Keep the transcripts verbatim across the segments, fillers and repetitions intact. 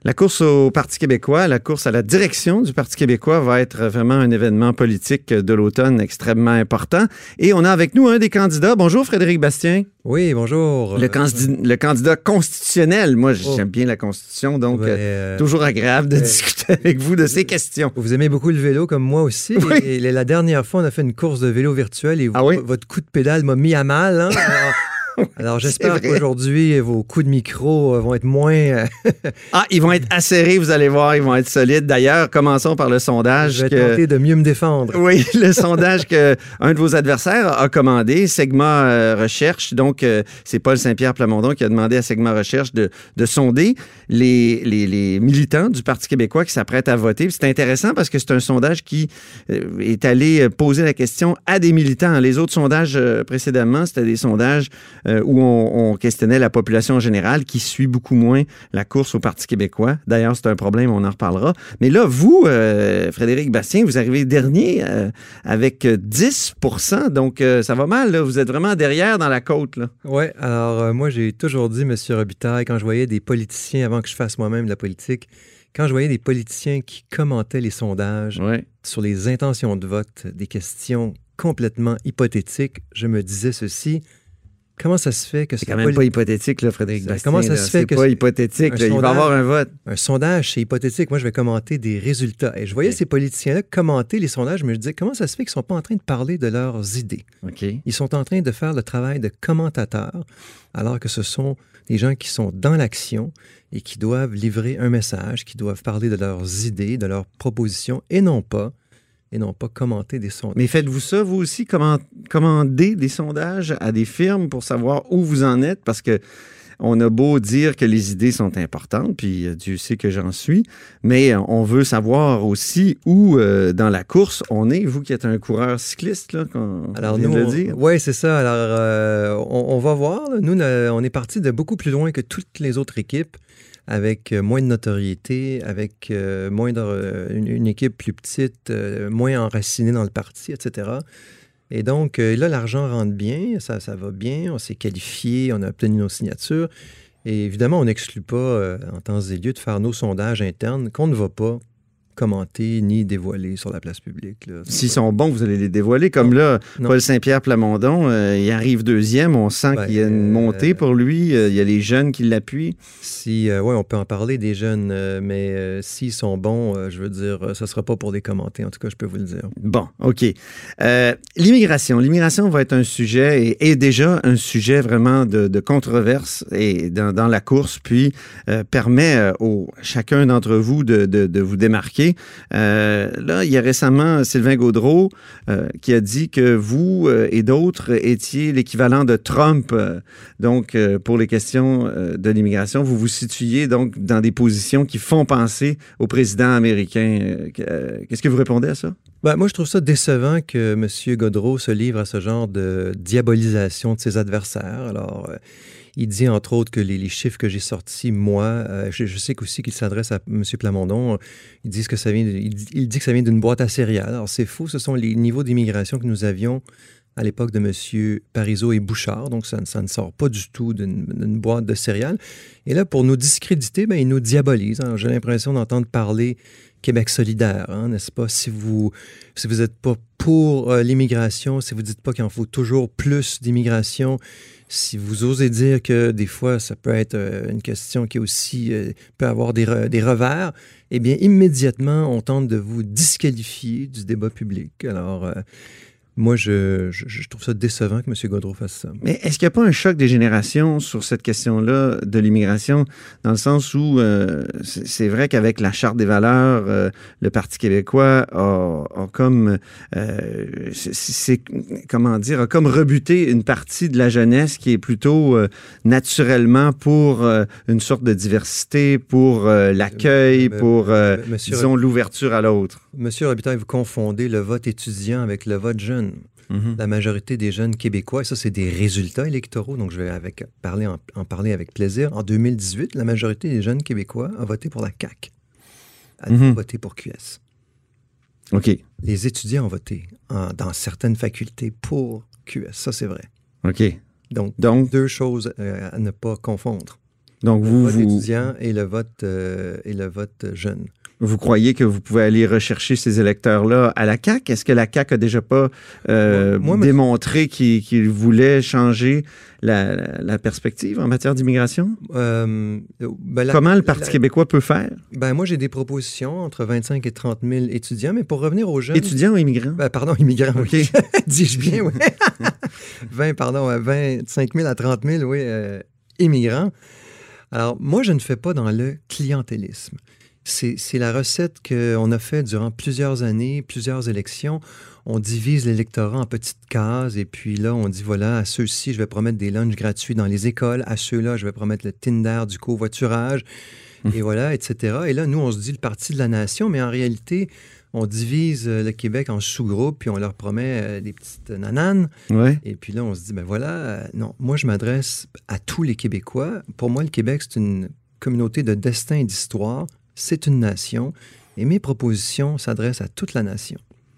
La course au Parti québécois, la course à la direction du Parti québécois va être vraiment un événement politique de l'automne extrêmement important. Et on a avec nous un des candidats. Bonjour Frédéric Bastien. Oui, bonjour. Le, candid- le candidat constitutionnel. Moi, j'aime oh. bien la Constitution, donc ouais, euh, toujours agréable de ouais. discuter avec vous de ces questions. Vous aimez beaucoup le vélo, comme moi aussi. Oui. Et, et la dernière fois, on a fait une course de vélo virtuelle et vous, ah oui? votre coup de pédale m'a mis à mal. Hein? Alors, Alors, j'espère qu'aujourd'hui, vos coups de micro vont être moins... ah, ils vont être acérés, vous allez voir, ils vont être solides. D'ailleurs, commençons par le sondage. Je vais que... tenter de mieux me défendre. Oui, le sondage qu'un de vos adversaires a commandé, Segma euh, Recherche. Donc, euh, c'est Paul Saint-Pierre Plamondon qui a demandé à Segma Recherche de, de sonder les, les, les militants du Parti québécois qui s'apprêtent à voter. Puis c'est intéressant parce que c'est un sondage qui euh, est allé poser la question à des militants. Les autres sondages euh, précédemment, c'était des sondages Euh, où on, on questionnait la population en général qui suit beaucoup moins la course au Parti québécois. D'ailleurs, c'est un problème, on en reparlera. Mais là, vous, euh, Frédéric Bastien, vous arrivez dernier euh, avec dix pour cent, donc euh, ça va mal, là. Vous êtes vraiment derrière dans la côte. Oui, alors euh, moi, j'ai toujours dit, M. Robitaille, quand je voyais des politiciens, avant que je fasse moi-même de la politique, quand je voyais des politiciens qui commentaient les sondages ouais. sur les intentions de vote, des questions complètement hypothétiques, je me disais ceci... Comment ça se fait que c'est quand même poli- pas hypothétique, là, Frédéric Bastien. Comment ça là, se fait c'est que pas hypothétique, là, sondage, il va y avoir un vote. Un sondage, c'est hypothétique. Moi, je vais commenter des résultats. Et je voyais okay. ces politiciens-là commenter les sondages, mais je me disais, comment ça se fait qu'ils ne sont pas en train de parler de leurs idées? Okay. Ils sont en train de faire le travail de commentateurs, alors que ce sont des gens qui sont dans l'action et qui doivent livrer un message, qui doivent parler de leurs idées, de leurs propositions, et non pas et non pas commenter des sondages. Mais faites-vous ça, vous aussi, comment, commander des sondages à des firmes pour savoir où vous en êtes? Parce que on a beau dire que les idées sont importantes, puis Dieu sait que j'en suis, mais on veut savoir aussi où, euh, dans la course, on est. Vous qui êtes un coureur cycliste, là, qu'on Alors vient nous, de le dire. Oui, c'est ça. Alors, euh, on, on va voir. Là. Nous, on est parti de beaucoup plus loin que toutes les autres équipes, avec moins de notoriété, avec euh, moins de, euh, une, une équipe plus petite, euh, moins enracinée dans le parti, et cetera. Et donc, euh, là, l'argent rentre bien, ça, ça va bien, on s'est qualifié, on a obtenu nos signatures. Et évidemment, on n'exclut pas, euh, en temps et lieu, de faire nos sondages internes qu'on ne va pas commenter ni dévoiler sur la place publique. Là. S'ils sont bons, vous allez les dévoiler. Comme non, là, non. Paul Saint-Pierre Plamondon, euh, il arrive deuxième. On sent ben, qu'il y a une montée euh, pour lui. Euh, il y a les jeunes qui l'appuient. Si, euh, oui, on peut en parler des jeunes, euh, mais euh, s'ils sont bons, euh, je veux dire, euh, ce ne sera pas pour les commenter. En tout cas, je peux vous le dire. Bon, OK. Euh, l'immigration. L'immigration va être un sujet et est déjà un sujet vraiment de, de controverse et dans, dans la course, puis euh, permet euh, au chacun d'entre vous de, de, de vous démarquer. Euh, là, il y a récemment Sylvain Gaudreault euh, qui a dit que vous euh, et d'autres étiez l'équivalent de Trump. Euh, donc, euh, pour les questions euh, de l'immigration, vous vous situiez donc dans des positions qui font penser au président américain. Euh, qu'est-ce que vous répondez à ça? Ben, moi, je trouve ça décevant que M. Gaudreault se livre à ce genre de diabolisation de ses adversaires. Alors, euh, il dit, entre autres, que les, les chiffres que j'ai sortis, moi, euh, je, je sais aussi qu'il s'adresse à M. Plamondon, ils disent que ça vient, de, il, il dit que ça vient d'une boîte à céréales. Alors, c'est faux, ce sont les niveaux d'immigration que nous avions à l'époque de M. Parizeau et Bouchard, donc ça, ça ne sort pas du tout d'une, d'une boîte de céréales. Et là, pour nous discréditer, ben, ils nous diabolisent. Alors, j'ai l'impression d'entendre parler Québec solidaire, hein, n'est-ce pas? Si vous si vous n'êtes pas pour euh, l'immigration, si vous ne dites pas qu'il en faut toujours plus d'immigration, si vous osez dire que des fois, ça peut être euh, une question qui aussi euh, peut avoir des, re, des revers, eh bien, immédiatement, on tente de vous disqualifier du débat public. Alors, euh, moi, je, je, je trouve ça décevant que M. Gaudreault fasse ça. Mais est-ce qu'il n'y a pas un choc des générations sur cette question-là de l'immigration, dans le sens où euh, c'est, c'est vrai qu'avec la Charte des valeurs, euh, le Parti québécois a, a comme, euh, c'est, c'est, comment dire, a comme rebuté une partie de la jeunesse qui est plutôt euh, naturellement pour euh, une sorte de diversité, pour euh, l'accueil, mais, pour, euh, mais, disons, Robitaille, l'ouverture à l'autre. Monsieur Robitaille, vous confondez le vote étudiant avec le vote jeune. Mm-hmm. La majorité des jeunes Québécois, et ça, c'est des résultats électoraux, donc je vais avec, parler en, en parler avec plaisir. En deux mille dix-huit, la majorité des jeunes Québécois a voté pour la C A Q, a mm-hmm. voté pour Q S. OK. Les étudiants ont voté en, dans certaines facultés pour Q S, ça, c'est vrai. OK. Donc, donc deux choses euh, à ne pas confondre. Donc, le vous, vote vous, étudiant et le vote, euh, et le vote jeune. Vous croyez que vous pouvez aller rechercher ces électeurs-là à la C A Q? Est-ce que la C A Q a déjà pas euh, moi, moi, démontré qu'il, qu'il voulait changer la, la, la perspective en matière d'immigration? Euh, ben la, Comment le Parti la, québécois peut faire? Ben moi, j'ai des propositions entre vingt-cinq et trente mille étudiants, mais pour revenir aux jeunes... Étudiants ou immigrants? Ben, pardon, immigrants, okay. Oui. Dis-je bien, oui. vingt, pardon, vingt-cinq mille à trente mille, oui, euh, immigrants. Alors, moi, je ne fais pas dans le clientélisme. C'est, c'est la recette qu'on a faite durant plusieurs années, plusieurs élections. On divise l'électorat en petites cases et puis là, on dit, voilà, à ceux-ci, je vais promettre des lunchs gratuits dans les écoles. À ceux-là, je vais promettre le Tinder du covoiturage. Mmh. Et voilà, et cetera. Et là, nous, on se dit le parti de la nation, mais en réalité, on divise le Québec en sous-groupes puis on leur promet des petites nananes. Ouais. Et puis là, on se dit, ben voilà, euh, non, moi, je m'adresse à tous les Québécois. Pour moi, le Québec, c'est une communauté de destin et d'histoire. C'est une nation et mes propositions s'adressent à toute la nation.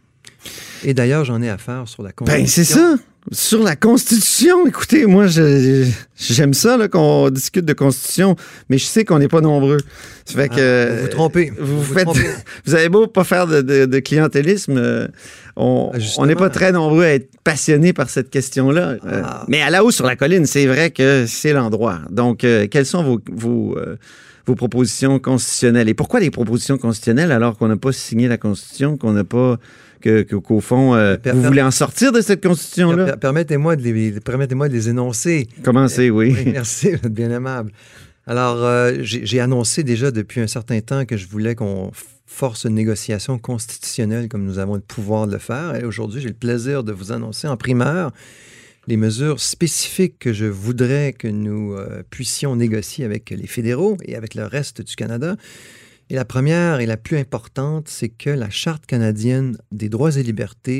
Et d'ailleurs, j'en ai à faire sur la Constitution. Ben, c'est ça! Sur la Constitution! Écoutez, moi, je, j'aime ça là, qu'on discute de Constitution, mais je sais qu'on n'est pas nombreux. Ça fait que, ah, vous vous trompez. Vous, vous, vous, faites, trompez. Vous avez beau pas faire de, de, de clientélisme, on n'est pas très nombreux à être passionnés par cette question-là. Ah. Mais à la haut sur la colline, c'est vrai que c'est l'endroit. Donc, euh, quels sont vos... vos euh, vos propositions constitutionnelles. Et pourquoi les propositions constitutionnelles alors qu'on n'a pas signé la Constitution, qu'on n'a pas... Que, que, qu'au fond, euh, per, vous per, voulez en sortir de cette Constitution-là? Per, permettez-moi, de les, permettez-moi de les énoncer. Commencez, oui. oui. Merci, vous êtes bien aimable. Alors, euh, j'ai, j'ai annoncé déjà depuis un certain temps que je voulais qu'on force une négociation constitutionnelle comme nous avons le pouvoir de le faire. Et aujourd'hui, j'ai le plaisir de vous annoncer en primeur les mesures spécifiques que je voudrais que nous euh, puissions négocier avec les fédéraux et avec le reste du Canada. Et la première et la plus importante, c'est que la Charte canadienne des droits et libertés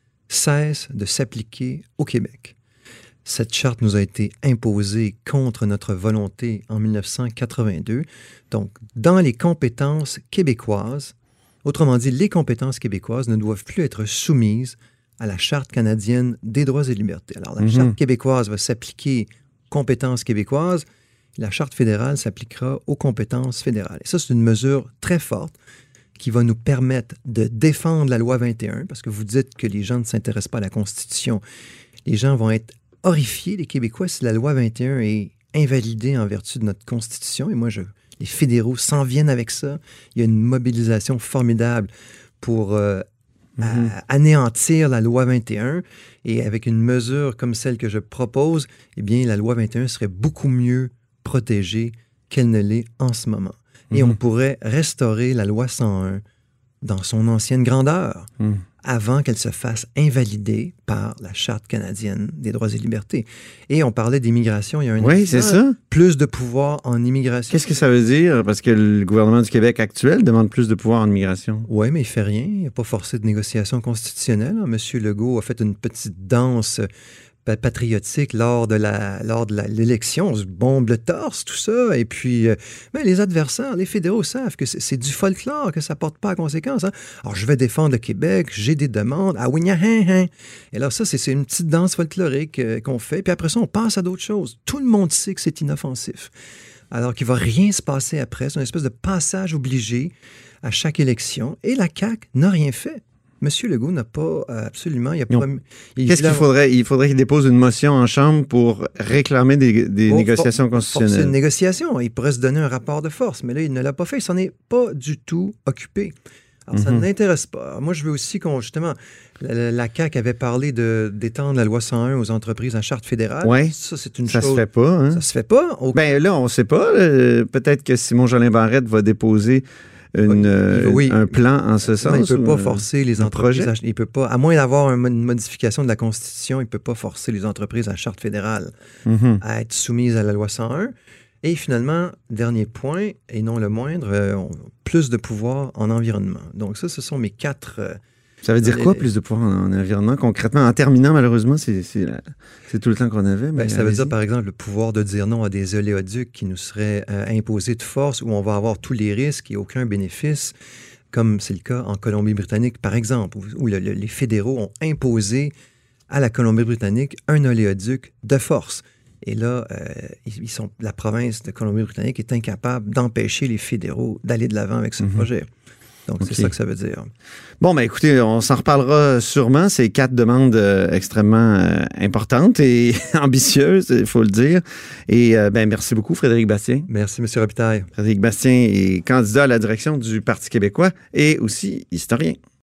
cesse de s'appliquer au Québec. Cette charte nous a été imposée contre notre volonté en dix-neuf cent quatre-vingt-deux. Donc, dans les compétences québécoises, autrement dit, les compétences québécoises ne doivent plus être soumises à la Charte canadienne des droits et libertés. Alors, la mm-hmm. Charte québécoise va s'appliquer aux compétences québécoises. La Charte fédérale s'appliquera aux compétences fédérales. Et ça, c'est une mesure très forte qui va nous permettre de défendre la loi vingt et un, parce que vous dites que les gens ne s'intéressent pas à la Constitution. Les gens vont être horrifiés, les Québécois, si la loi vingt et un est invalidée en vertu de notre Constitution. Et moi, je, les fédéraux s'en viennent avec ça. Il y a une mobilisation formidable pour... Euh, Mm-hmm. à anéantir la loi vingt et un, et avec une mesure comme celle que je propose, eh bien, la loi vingt et un serait beaucoup mieux protégée qu'elle ne l'est en ce moment. Mm-hmm. Et on pourrait restaurer la loi cent un dans son ancienne grandeur, mm. avant qu'elle se fasse invalider par la Charte canadienne des droits et libertés. Et on parlait d'immigration il y a un Oui, c'est ça. Plus de pouvoir en immigration. Qu'est-ce que ça veut dire? Parce que le gouvernement du Québec actuel demande plus de pouvoir en immigration. Oui, mais il ne fait rien. Il n'a pas forcé de négociation constitutionnelle. M. Legault a fait une petite danse patriotique lors de, la, lors de la, l'élection. On se bombe le torse, tout ça. Et puis, euh, ben, les adversaires, les fédéraux savent que c'est, c'est du folklore, que ça ne porte pas à conséquence. Hein? Alors, je vais défendre le Québec, j'ai des demandes. Ah oui, hein, hein. Et alors ça, c'est, c'est une petite danse folklorique euh, qu'on fait. Puis après ça, on passe à d'autres choses. Tout le monde sait que c'est inoffensif. Alors qu'il ne va rien se passer après. C'est une espèce de passage obligé à chaque élection. Et la C A Q n'a rien fait. M. Legault n'a pas euh, absolument... Il a pas, il, Qu'est-ce il qu'il faudrait? Il faudrait qu'il dépose une motion en Chambre pour réclamer des, des pour, négociations pour, constitutionnelles. C'est une négociation. Il pourrait se donner un rapport de force, mais là, il ne l'a pas fait. Il s'en est pas du tout occupé. Alors, mm-hmm. ça ne l'intéresse pas. Alors, moi, je veux aussi qu'on, justement, la, la C A Q avait parlé de, d'étendre la loi cent un aux entreprises en charte fédérale. Oui, ça, c'est une ça chose... se fait pas. Hein? Ça se fait pas. Au... Bien là, on ne sait pas. Euh, peut-être que Simon-Jolin Barrette va déposer... Une, euh, oui. un plan en ce sens? Il ne peut pas forcer les entreprises. À, il peut pas, à moins d'avoir un, une modification de la Constitution, il ne peut pas forcer les entreprises à charte fédérale mm-hmm. à être soumises à la loi cent un. Et finalement, dernier point, et non le moindre, euh, on, plus de pouvoir en environnement. Donc ça, ce sont mes quatre... Euh, Ça veut dire quoi, plus de pouvoir en, en environnement? Concrètement, en terminant, malheureusement, c'est, c'est, la, c'est tout le temps qu'on avait. Mais ben, ça veut dire, par exemple, le pouvoir de dire non à des oléoducs qui nous seraient euh, imposés de force, où on va avoir tous les risques et aucun bénéfice, comme c'est le cas en Colombie-Britannique, par exemple, où, où le, le, les fédéraux ont imposé à la Colombie-Britannique un oléoduc de force. Et là, euh, ils sont, la province de Colombie-Britannique est incapable d'empêcher les fédéraux d'aller de l'avant avec ce mm-hmm. projet. Donc, okay. c'est ça que ça veut dire. Bon, ben écoutez, on s'en reparlera sûrement. C'est quatre demandes euh, extrêmement euh, importantes et ambitieuses, il faut le dire. Et euh, ben merci beaucoup, Frédéric Bastien. Merci, M. Robitaille. Frédéric Bastien est candidat à la direction du Parti québécois et aussi historien.